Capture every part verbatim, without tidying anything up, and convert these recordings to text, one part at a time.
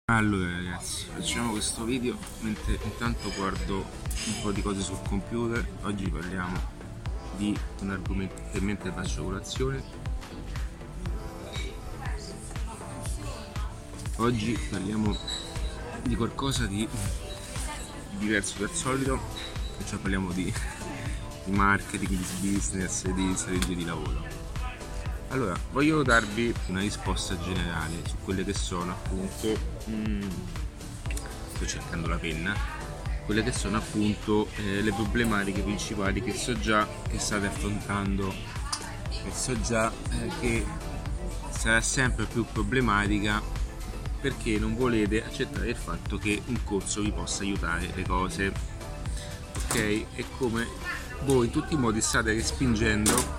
Allora ragazzi, facciamo questo video mentre intanto guardo un po' di cose sul computer. Oggi parliamo di un argomento che mentre faccio colazione. Oggi parliamo di qualcosa di diverso dal solito, cioè parliamo di, di marketing, di business e di strategie di lavoro. Allora, voglio darvi una risposta generale su quelle che sono appunto, mm, sto cercando la penna, quelle che sono appunto eh, le problematiche principali che so già che state affrontando, e so già eh, che sarà sempre più problematica perché non volete accettare il fatto che un corso vi possa aiutare le cose, ok? E come voi in tutti i modi state respingendo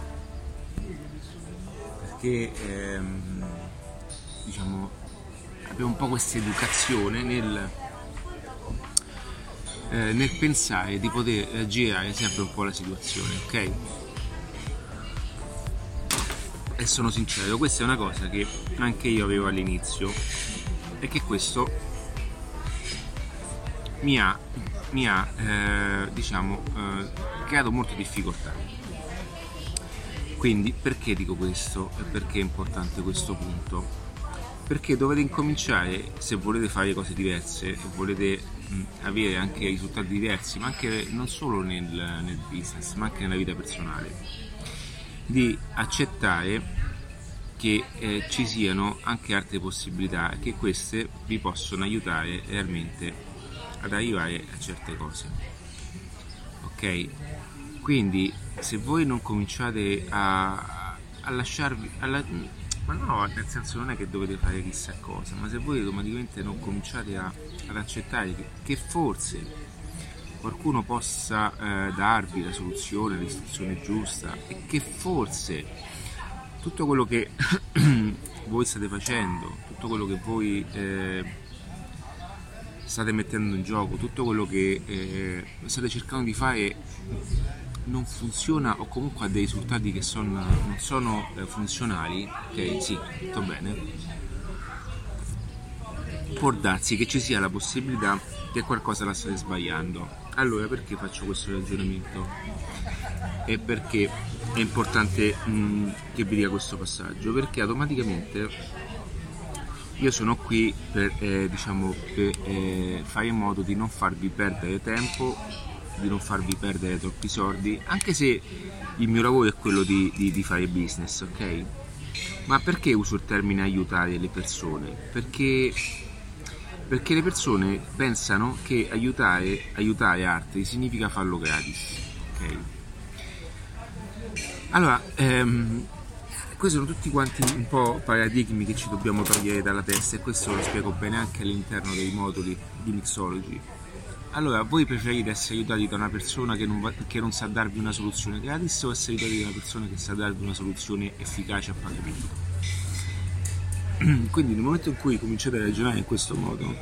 che ehm, diciamo abbiamo un po' questa educazione nel, eh, nel pensare di poter girare sempre un po' la situazione, ok? E sono sincero, questa è una cosa che anche io avevo all'inizio e che questo mi ha, mi ha eh, diciamo eh, creato molte difficoltà. Quindi perché dico questo e perché è importante questo punto? Perché dovete incominciare, se volete fare cose diverse e volete mh, avere anche risultati diversi, ma anche non solo nel, nel business, ma anche nella vita personale, di accettare che eh, ci siano anche altre possibilità e che queste vi possono aiutare realmente ad arrivare a certe cose, ok? Quindi se voi non cominciate a, a lasciarvi alla, ma no, nel senso non è che dovete fare chissà cosa, ma se voi automaticamente non cominciate a, ad accettare che, che forse qualcuno possa eh, darvi la soluzione, l'istruzione giusta e che forse tutto quello che voi state facendo, tutto quello che voi eh, state mettendo in gioco, tutto quello che eh, state cercando di fare non funziona o comunque ha dei risultati che sono, non sono eh, funzionali, ok, sì, tutto bene, può darsi che ci sia la possibilità che qualcosa la state sbagliando. Allora perché faccio questo ragionamento? E perché è importante mh, che vi dica questo passaggio? Perché automaticamente io sono qui per, eh, diciamo, per eh, fare in modo di non farvi perdere tempo, di non farvi perdere troppi soldi, anche se il mio lavoro è quello di, di, di fare business, ok? Ma perché uso il termine aiutare le persone? Perché, perché le persone pensano che aiutare, aiutare altri significa farlo gratis, ok? Allora, ehm, questi sono tutti quanti un po' paradigmi che ci dobbiamo togliere dalla testa e questo lo spiego bene anche all'interno dei moduli di Mixology. Allora, voi preferite essere aiutati da una persona che non, va, che non sa darvi una soluzione gratis o essere aiutati da una persona che sa darvi una soluzione efficace a pagamento? Quindi nel momento in cui cominciate a ragionare in questo modo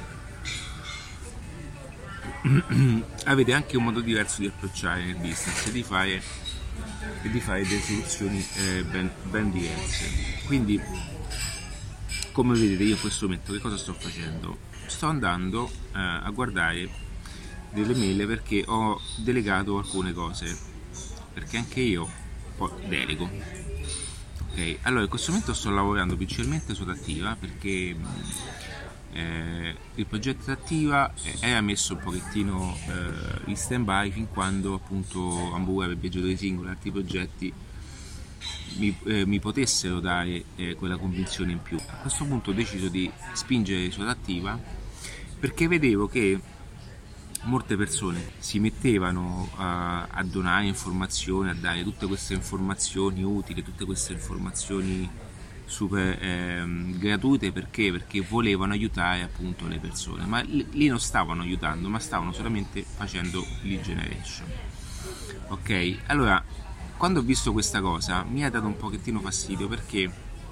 avete anche un modo diverso di approcciare nel business e di fare, e di fare delle soluzioni eh, ben, ben diverse. Quindi come vedete io in questo momento che cosa sto facendo? Sto andando eh, a guardare delle mail perché ho delegato alcune cose, perché anche io poi delego, ok? Allora in questo momento sto lavorando principalmente su Adattiva perché eh, il progetto Adattiva era messo un pochettino eh, in stand by fin quando appunto Hamburger e Viaggiatori Singoli e altri progetti Mi, eh, mi potessero dare eh, quella convinzione in più. A questo punto ho deciso di spingere su Adattiva perché vedevo che molte persone si mettevano a, a donare informazioni, a dare tutte queste informazioni utili, tutte queste informazioni super ehm, gratuite perché? Perché volevano aiutare appunto le persone, ma lì non stavano aiutando, ma stavano solamente facendo lead generation, ok? Allora quando ho visto questa cosa mi ha dato un pochettino fastidio perché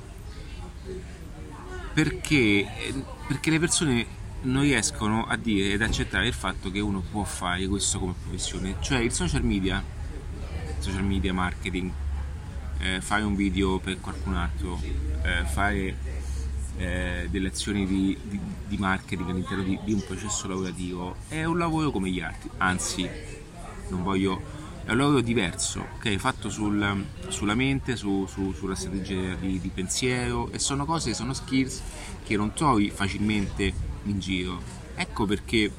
perché perché le persone non riescono a dire ed accettare il fatto che uno può fare questo come professione, cioè il social media, social media marketing, eh, fare un video per qualcun altro, eh, fare eh, delle azioni di, di, di marketing all'interno di, di un processo lavorativo, è un lavoro come gli altri, anzi non voglio è un lavoro diverso, ok? Fatto sul, sulla mente, su, su, sulla strategia di, di pensiero, e sono cose, sono skills che non trovi facilmente in giro. Ecco perché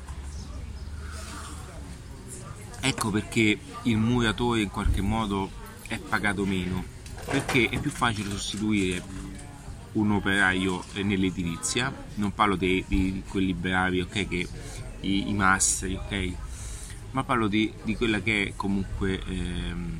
ecco perché il muratore in qualche modo è pagato meno, perché è più facile sostituire un operaio nell'edilizia. Non parlo di, di quelli bravi, ok, che i, i mastri, ok, ma parlo di, di quella che è comunque ehm,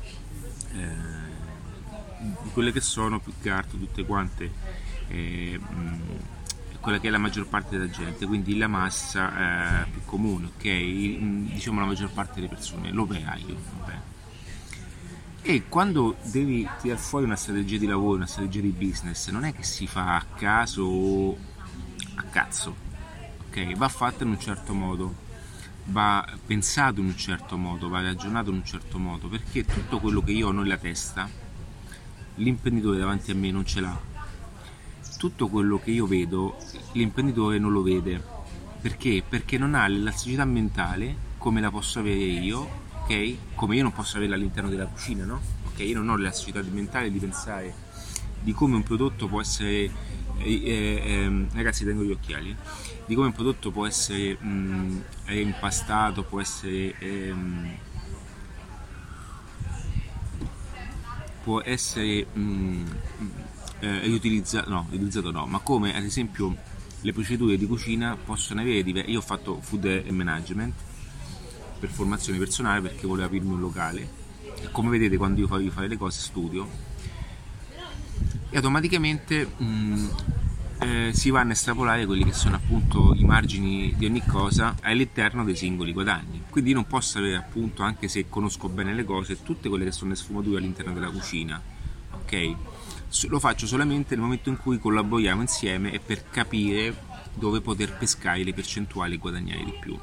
eh, di quelle che sono più che altro tutte quante eh, mh, quella che è la maggior parte della gente, quindi la massa eh, più comune, ok, diciamo la maggior parte delle persone, l'operaio, vabbè. E quando devi tirare fuori una strategia di lavoro, una strategia di business, non è che si fa a caso o a cazzo, ok, va fatta in un certo modo, va pensato in un certo modo, va ragionato in un certo modo, perché tutto quello che io ho nella testa l'imprenditore davanti a me non ce l'ha. Tutto quello che io vedo l'imprenditore non lo vede. Perché? Perché non ha l'elasticità mentale come la posso avere io, ok? Come io non posso averla all'interno della cucina, no? Ok, io non ho l'elasticità mentale di pensare di come un prodotto può essere eh, eh, ragazzi, tengo gli occhiali, di come un prodotto può essere mh, impastato, può essere ehm, può essere mh, eh, riutilizzato, no, riutilizzato no, ma come ad esempio le procedure di cucina possono avere diversi. Io ho fatto food and management per formazione personale perché volevo aprirmi un locale, e come vedete quando io voglio fare le cose studio, e automaticamente mh, eh, si vanno a estrapolare quelli che sono appunto i margini di ogni cosa all'interno dei singoli guadagni. Quindi io non posso avere appunto, anche se conosco bene le cose, tutte quelle che sono le sfumature all'interno della cucina, ok? Lo faccio solamente nel momento in cui collaboriamo insieme e per capire dove poter pescare le percentuali e guadagnare di più.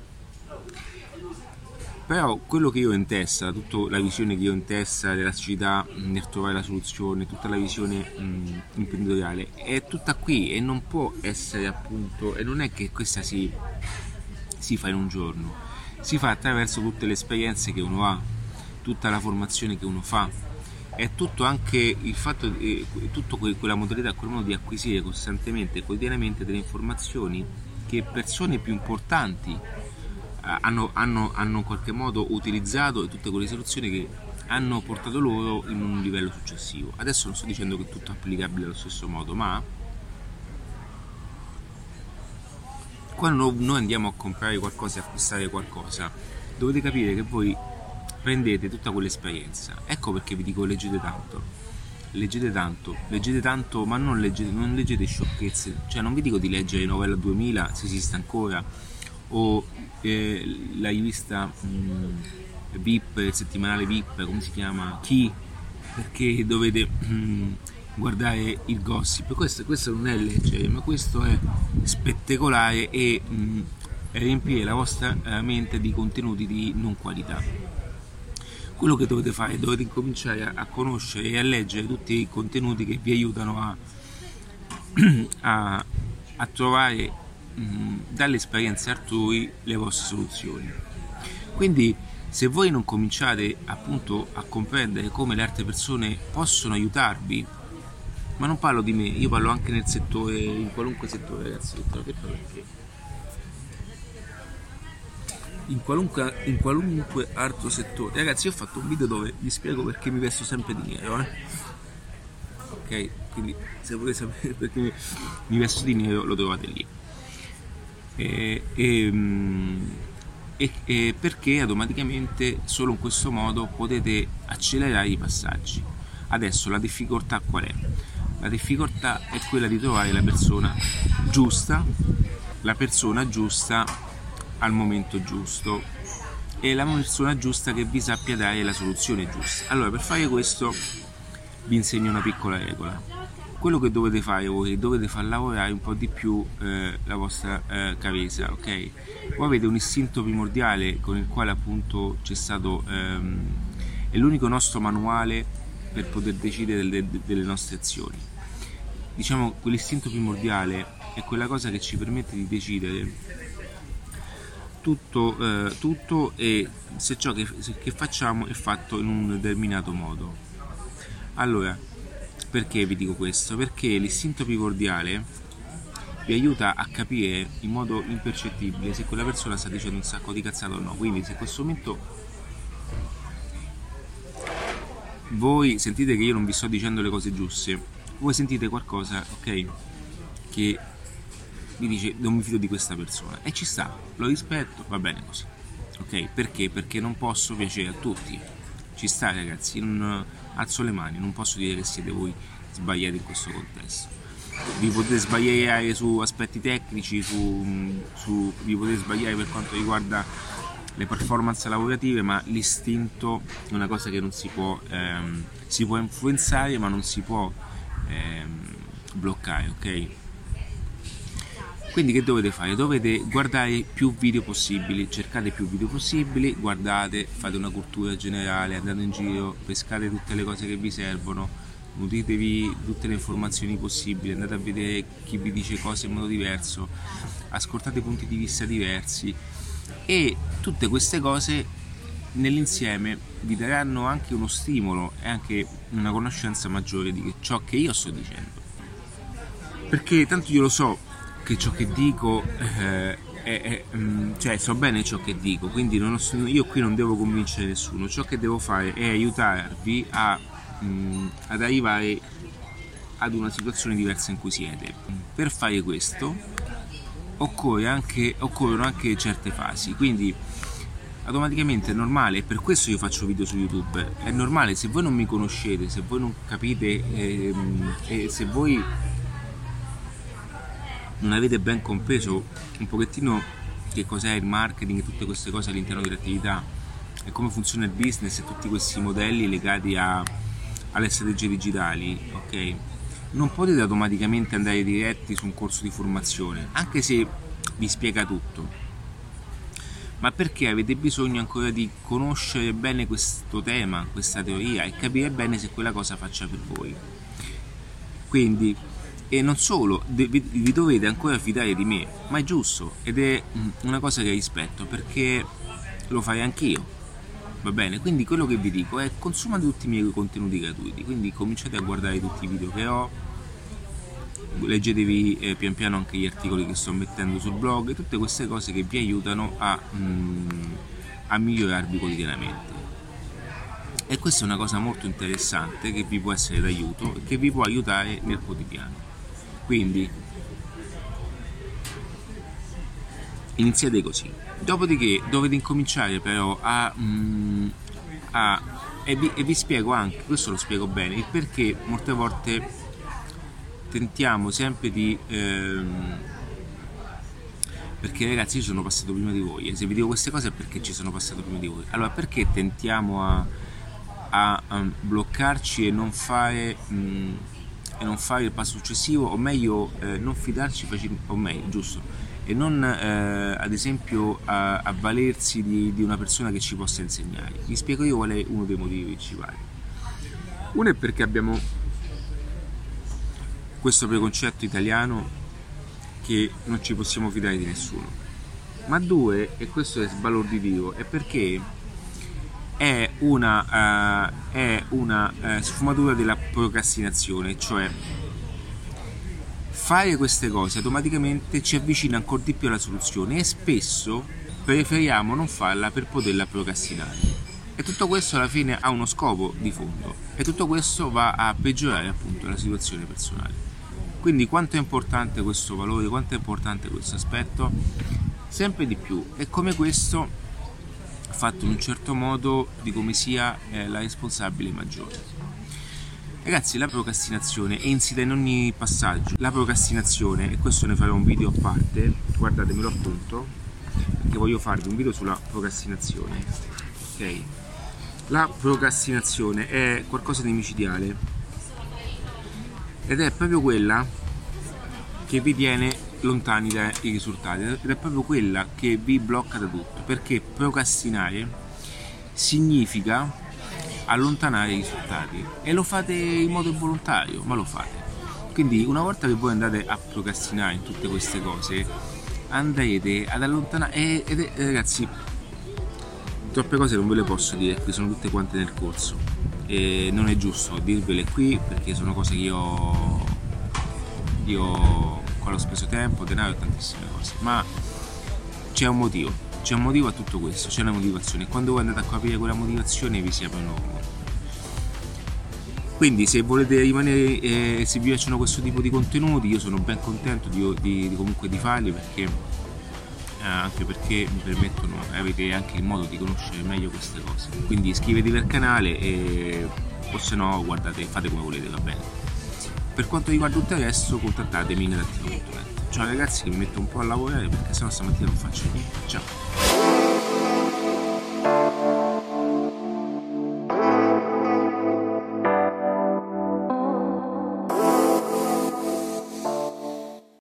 Però quello che io ho in testa, tutta la visione che io ho in testa dell'elasticità nel trovare la soluzione, tutta la visione mh, imprenditoriale è tutta qui, e non può essere appunto, e non è che questa si, si fa in un giorno, si fa attraverso tutte le esperienze che uno ha, tutta la formazione che uno fa, è tutto anche il fatto di tutto quella modalità, quel modo di acquisire costantemente e quotidianamente delle informazioni che persone più importanti Hanno, hanno, hanno in qualche modo utilizzato, e tutte quelle soluzioni che hanno portato loro in un livello successivo. Adesso non sto dicendo che tutto è applicabile allo stesso modo, ma quando noi andiamo a comprare qualcosa e acquistare qualcosa, dovete capire che voi prendete tutta quell'esperienza. Ecco perché vi dico leggete tanto, leggete tanto, leggete tanto, ma non leggete, non leggete sciocchezze. Cioè non vi dico di leggere Novella duemila se esiste ancora, o eh, la rivista mh, V I P, il settimanale V I P, come si chiama? Chi? Perché dovete mh, guardare il gossip. Questo, questo non è leggere, ma questo è spettacolare e mh, riempire la vostra eh, mente di contenuti di non qualità. Quello che dovete fare, dovete incominciare a, a conoscere e a leggere tutti i contenuti che vi aiutano a, a, a trovare dalle esperienze altrui le vostre soluzioni. Quindi se voi non cominciate appunto a comprendere come le altre persone possono aiutarvi, ma non parlo di me, io parlo anche nel settore, in qualunque settore, ragazzi, in qualunque, in qualunque altro settore. Ragazzi, io ho fatto un video dove vi spiego perché mi vesto sempre di nero, eh? Ok, quindi se volete sapere perché mi, mi vesto di nero lo trovate lì. E, e, e, e perché automaticamente solo in questo modo potete accelerare i passaggi. Adesso la difficoltà qual è? La difficoltà è quella di trovare la persona giusta, la persona giusta al momento giusto, e la persona giusta che vi sappia dare la soluzione giusta. Allora, per fare questo vi insegno una piccola regola. Quello che dovete fare voi, dovete far lavorare un po' di più eh, la vostra eh, cabeza, ok? Voi avete un istinto primordiale con il quale appunto c'è stato ehm, è l'unico nostro manuale per poter decidere delle, delle nostre azioni. diciamo, quell'istinto primordiale è quella cosa che ci permette di decidere tutto, eh, tutto e se ciò che, che facciamo è fatto in un determinato modo. Allora, perché vi dico questo? Perché l'istinto primordiale vi aiuta a capire in modo impercettibile se quella persona sta dicendo un sacco di cazzate o no. Quindi se in questo momento voi sentite che io non vi sto dicendo le cose giuste, voi sentite qualcosa, ok, che vi dice non mi fido di questa persona, e ci sta, lo rispetto, va bene così, ok? Perché? Perché non posso piacere a tutti, ci sta ragazzi, non alzo le mani, non posso dire che siete voi sbagliati in questo contesto. Vi potete sbagliare su aspetti tecnici, su, su, vi potete sbagliare per quanto riguarda le performance lavorative, ma l'istinto è una cosa che non si può, ehm, si può influenzare ma non si può ehm, bloccare, ok? Quindi che dovete fare? Dovete guardare più video possibili, cercate più video possibili, guardate, fate una cultura generale, andate in giro, pescate tutte le cose che vi servono, nutritevi tutte le informazioni possibili, andate a vedere chi vi dice cose in modo diverso, ascoltate punti di vista diversi, e tutte queste cose nell'insieme vi daranno anche uno stimolo e anche una conoscenza maggiore di ciò che io sto dicendo, perché tanto io lo so che ciò che dico eh, è, è, cioè so bene ciò che dico, quindi non ho, io qui non devo convincere nessuno, ciò che devo fare è aiutarvi a, mh, ad arrivare ad una situazione diversa in cui siete. Per fare questo occorre anche, occorrono anche certe fasi, quindi automaticamente è normale, per questo io faccio video su YouTube, è normale se voi non mi conoscete, se voi non capite eh, eh, se voi non avete ben compreso un pochettino che cos'è il marketing e tutte queste cose all'interno dell'attività e come funziona il business e tutti questi modelli legati a, alle strategie digitali, ok? Non potete automaticamente andare diretti su un corso di formazione, anche se vi spiega tutto, ma perché avete bisogno ancora di conoscere bene questo tema, questa teoria, e capire bene se quella cosa faccia per voi. Quindi, e non solo, vi dovete ancora fidare di me, ma è giusto, ed è una cosa che rispetto, perché lo farei anch'io, va bene? Quindi quello che vi dico è: consumate tutti i miei contenuti gratuiti, quindi cominciate a guardare tutti i video che ho, leggetevi eh, pian piano anche gli articoli che sto mettendo sul blog, e tutte queste cose che vi aiutano a, mm, a migliorarvi quotidianamente. E questa è una cosa molto interessante che vi può essere d'aiuto e che vi può aiutare nel quotidiano. Quindi iniziate così, dopodiché dovete incominciare però a, mm, a e, vi, e vi spiego anche, questo lo spiego bene, il perché molte volte tentiamo sempre di ehm, perché ragazzi io sono passato prima di voi, e se vi dico queste cose è perché ci sono passato prima di voi. Allora, perché tentiamo a, a, a bloccarci e non fare mh, e non fare il passo successivo, o meglio eh, non fidarci facilmente, o meglio, giusto, e non eh, ad esempio a, a valersi di, di una persona che ci possa insegnare. Vi spiego io qual è uno dei motivi principali. Uno è perché abbiamo questo preconcetto italiano che non ci possiamo fidare di nessuno, ma due, e questo è sbalorditivo, è perché è una, uh, è una uh, sfumatura della procrastinazione, cioè fare queste cose automaticamente ci avvicina ancora di più alla soluzione, e spesso preferiamo non farla per poterla procrastinare, e tutto questo alla fine ha uno scopo di fondo, e tutto questo va a peggiorare appunto la situazione personale. Quindi quanto è importante questo valore, quanto è importante questo aspetto? Sempre di più. E come questo fatto in un certo modo di come sia eh, la responsabile maggiore. Ragazzi, la procrastinazione è insita in ogni passaggio. La procrastinazione, e questo ne farò un video a parte, guardatemelo appunto, perché voglio farvi un video sulla procrastinazione, ok? La procrastinazione è qualcosa di micidiale, ed è proprio quella che vi tiene lontani dai risultati, ed è proprio quella che vi blocca da tutto, perché procrastinare significa allontanare i risultati, e lo fate in modo involontario, ma lo fate. Quindi una volta che voi andate a procrastinare in tutte queste cose, andrete ad allontanare e, ed è, ragazzi, troppe cose non ve le posso dire, qui sono tutte quante nel corso e non è giusto dirvele qui perché sono cose che io io qua ho speso tempo, denaro e tantissime cose, ma c'è un motivo, c'è un motivo a tutto questo, c'è una motivazione, e quando voi andate a capire quella motivazione vi si aprono. Quindi se volete rimanere, eh, se vi piacciono questo tipo di contenuti, io sono ben contento di, di, di comunque di farli, perché eh, anche perché mi permettono, avete anche il modo di conoscere meglio queste cose. Quindi iscrivetevi al canale e, o se no guardate, fate come volete, va bene. Per quanto riguarda tutto il resto, contattatemi in redattino punto net. Ciao ragazzi, che mi metto un po' a lavorare perché sennò stamattina non faccio niente. Ciao.